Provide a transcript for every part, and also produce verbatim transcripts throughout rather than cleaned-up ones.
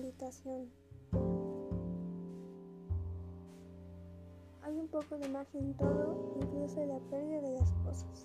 invitación. Hay un poco de magia en todo, incluso en la pérdida de las cosas.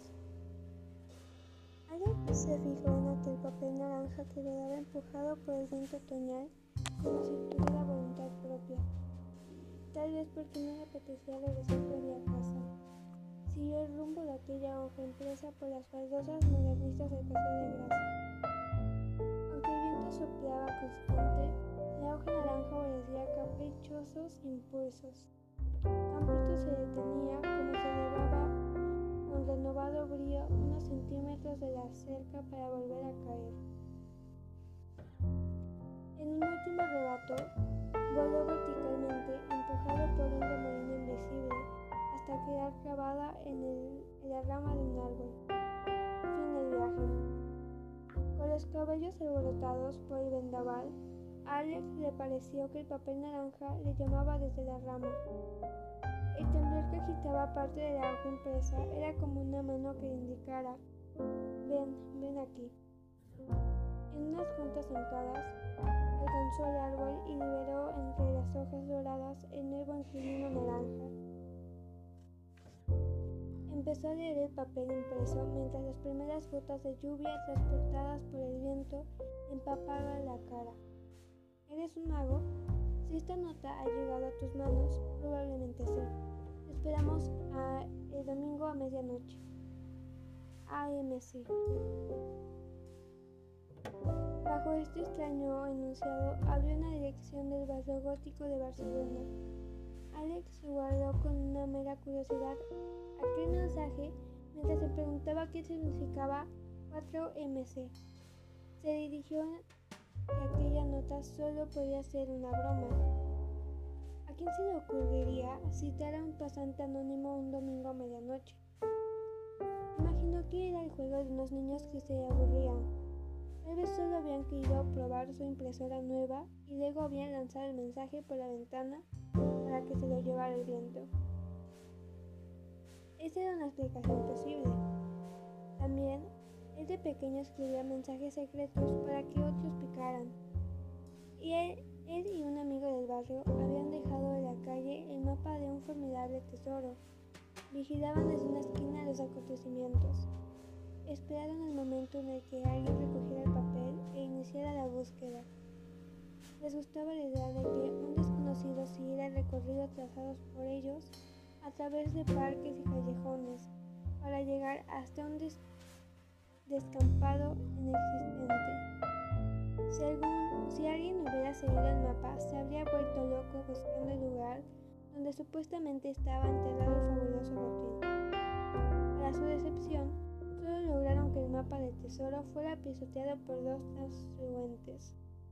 Alex se fijó en aquel papel naranja que quedaba empujado por el viento otoñal como si tuviera voluntad propia. Tal vez porque no le apetecía regresar todavía a casa. Siguió el rumbo de aquella hoja impresa por las faldosas modernistas del Paseo de Gracia. Aunque el viento soplaba constante, la hoja naranja obedecía caprichosos impulsos. Tan pronto se detenía como se elevaba con renovado brío unos centímetros de la cerca para volver a caer. En un último arrebato, voló verticalmente, empujado por un remolino invisible, hasta quedar clavada en, el, en la rama de un árbol. Fin del viaje. Con los cabellos alborotados por el vendaval, a Alex le pareció que el papel naranja le llamaba desde la rama. El temblor que agitaba parte de la hoja impresa era como una mano que le indicara: ven, ven aquí. En unas juntas zancadas, alcanzó el árbol y liberó entre las hojas doradas el nuevo inquilino naranja. Empezó a leer el papel impreso mientras las primeras gotas de lluvia transportadas por el viento empapaban la cara. ¿Eres un mago? Si esta nota ha llegado a tus manos, probablemente sí. Te esperamos a, el domingo a medianoche. A M C. Bajo este extraño enunciado había una dirección del barrio gótico de Barcelona. Alex guardó con una mera curiosidad aquel mensaje mientras se preguntaba qué significaba cuatro M C. Se dirigió que aquella nota solo podía ser una broma. ¿A quién se le ocurriría citar a un pasante anónimo un domingo a medianoche? Imaginó que era el juego de unos niños que se aburrían. Tal vez solo habían querido probar su impresora nueva y luego habían lanzado el mensaje por la ventana para que se lo llevara el viento. Esa era una explicación posible. También, él de pequeño escribía mensajes secretos para que otros picaran. Y él, él y un amigo del barrio habían dejado en la calle el mapa de un formidable tesoro. Vigilaban desde una esquina los acontecimientos. Esperaron el momento en el que alguien recogiera el papel e iniciara la búsqueda. Les gustaba la idea de que un desconocido siguiera el recorrido trazado por ellos a través de parques y callejones para llegar hasta un des- descampado inexistente. Si, algún, si alguien hubiera seguido el mapa, se habría vuelto loco buscando el lugar donde supuestamente estaba enterrado el fabuloso botín. Para su decepción, solo lograron que el mapa del tesoro fuera pisoteado por dos transeúntes.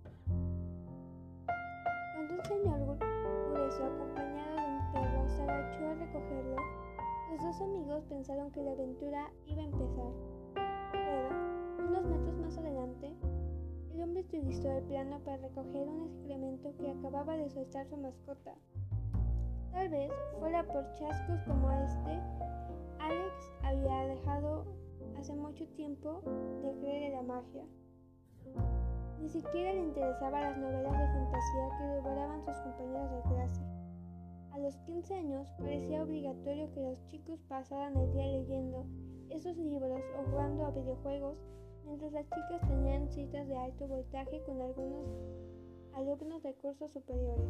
Cuando un señor grueso acompañado de un perro se agachó a recogerlo, los dos amigos pensaron que la aventura iba a empezar. Pero, unos metros más adelante, el hombre utilizó el plano para recoger un excremento que acababa de soltar su mascota. Tal vez fuera por chascos como este, Alex había dejado hace mucho tiempo de creer en la magia. Ni siquiera le interesaban las novelas de fantasía que devoraban sus compañeros de clase. A los quince años parecía obligatorio que los chicos pasaran el día leyendo esos libros o jugando a videojuegos, mientras las chicas tenían citas de alto voltaje con algunos alumnos de cursos superiores.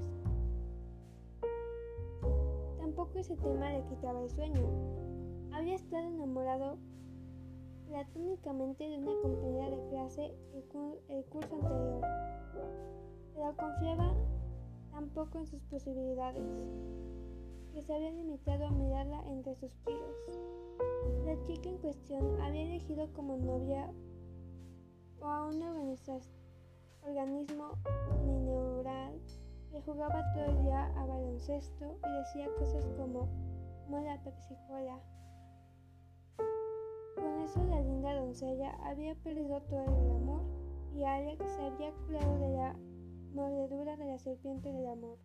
Tampoco ese tema le quitaba el sueño. Había estado enamorado platónicamente de una compañera de clase el, cu- el curso anterior, pero confiaba tan poco en sus posibilidades que se había limitado a mirarla entre suspiros. La chica en cuestión había elegido como novia o a un organiza- organismo unineural que jugaba todo el día a baloncesto y decía cosas como "mola Pepsi Cola". Con eso la linda doncella había perdido todo el amor y Alex se había curado de la mordedura de la serpiente del amor.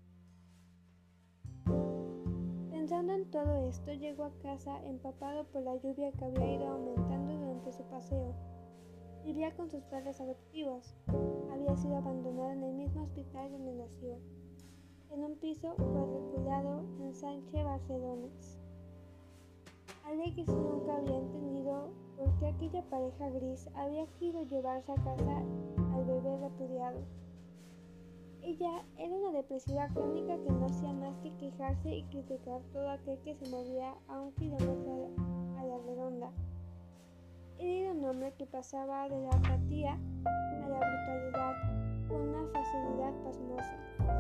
Pensando en todo esto, llegó a casa empapado por la lluvia que había ido aumentando durante su paseo. Vivía con sus padres adoptivos. había sido abandonado en el mismo hospital donde nació, en un piso cuadriculado en Sánchez, Barcelona. Alex nunca había entendido por qué aquella pareja gris había querido llevarse a casa al bebé repudiado. Ella era una depresiva crónica que no hacía más que quejarse y criticar todo aquel que se movía a un kilómetro a la redonda. Él era un hombre que pasaba de la apatía a la brutalidad con una facilidad pasmosa.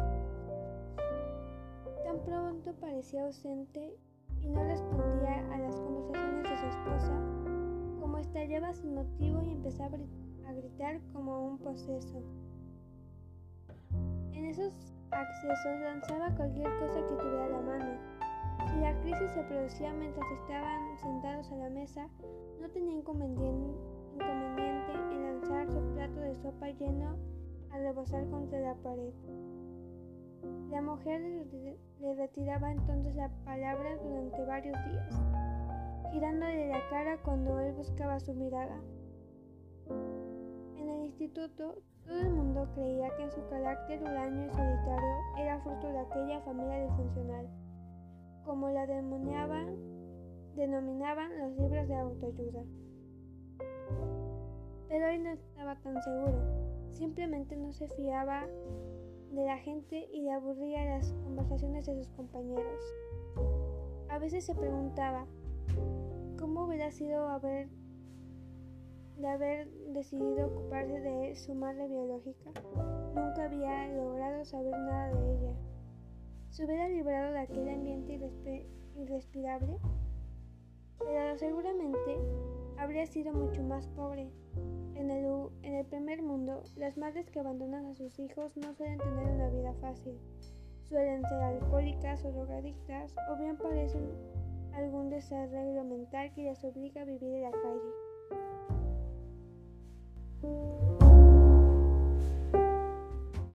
Tan pronto parecía ausente y no respondía a las conversaciones de su esposa, como estallaba sin motivo y empezaba a gritar como un poseso. En esos accesos lanzaba cualquier cosa que tuviera a la mano. Si la crisis se producía mientras estaban sentados a la mesa, no tenía inconveniente, inconveniente en lanzar su plato de sopa lleno a rebosar contra la pared. La mujer le, le retiraba entonces la palabra durante varios días, girándole la cara cuando él buscaba su mirada. En el instituto, todo el mundo creía que su carácter huraño y solitario era fruto de aquella familia disfuncional, como la denominaban, denominaban los libros de autoayuda. Pero él no estaba tan seguro, simplemente no se fiaba de la gente y le aburría las conversaciones de sus compañeros. A veces se preguntaba cómo hubiera sido haber, de haber decidido ocuparse de su madre biológica. Nunca había logrado saber nada de ella. ¿Se hubiera librado de aquel ambiente irresp- irrespirable? Pero seguramente habría sido mucho más pobre. En el, en el primer mundo, las madres que abandonan a sus hijos no suelen tener una vida fácil. Suelen ser alcohólicas o drogadictas, o bien padecen algún desarreglo mental que les obliga a vivir en la calle.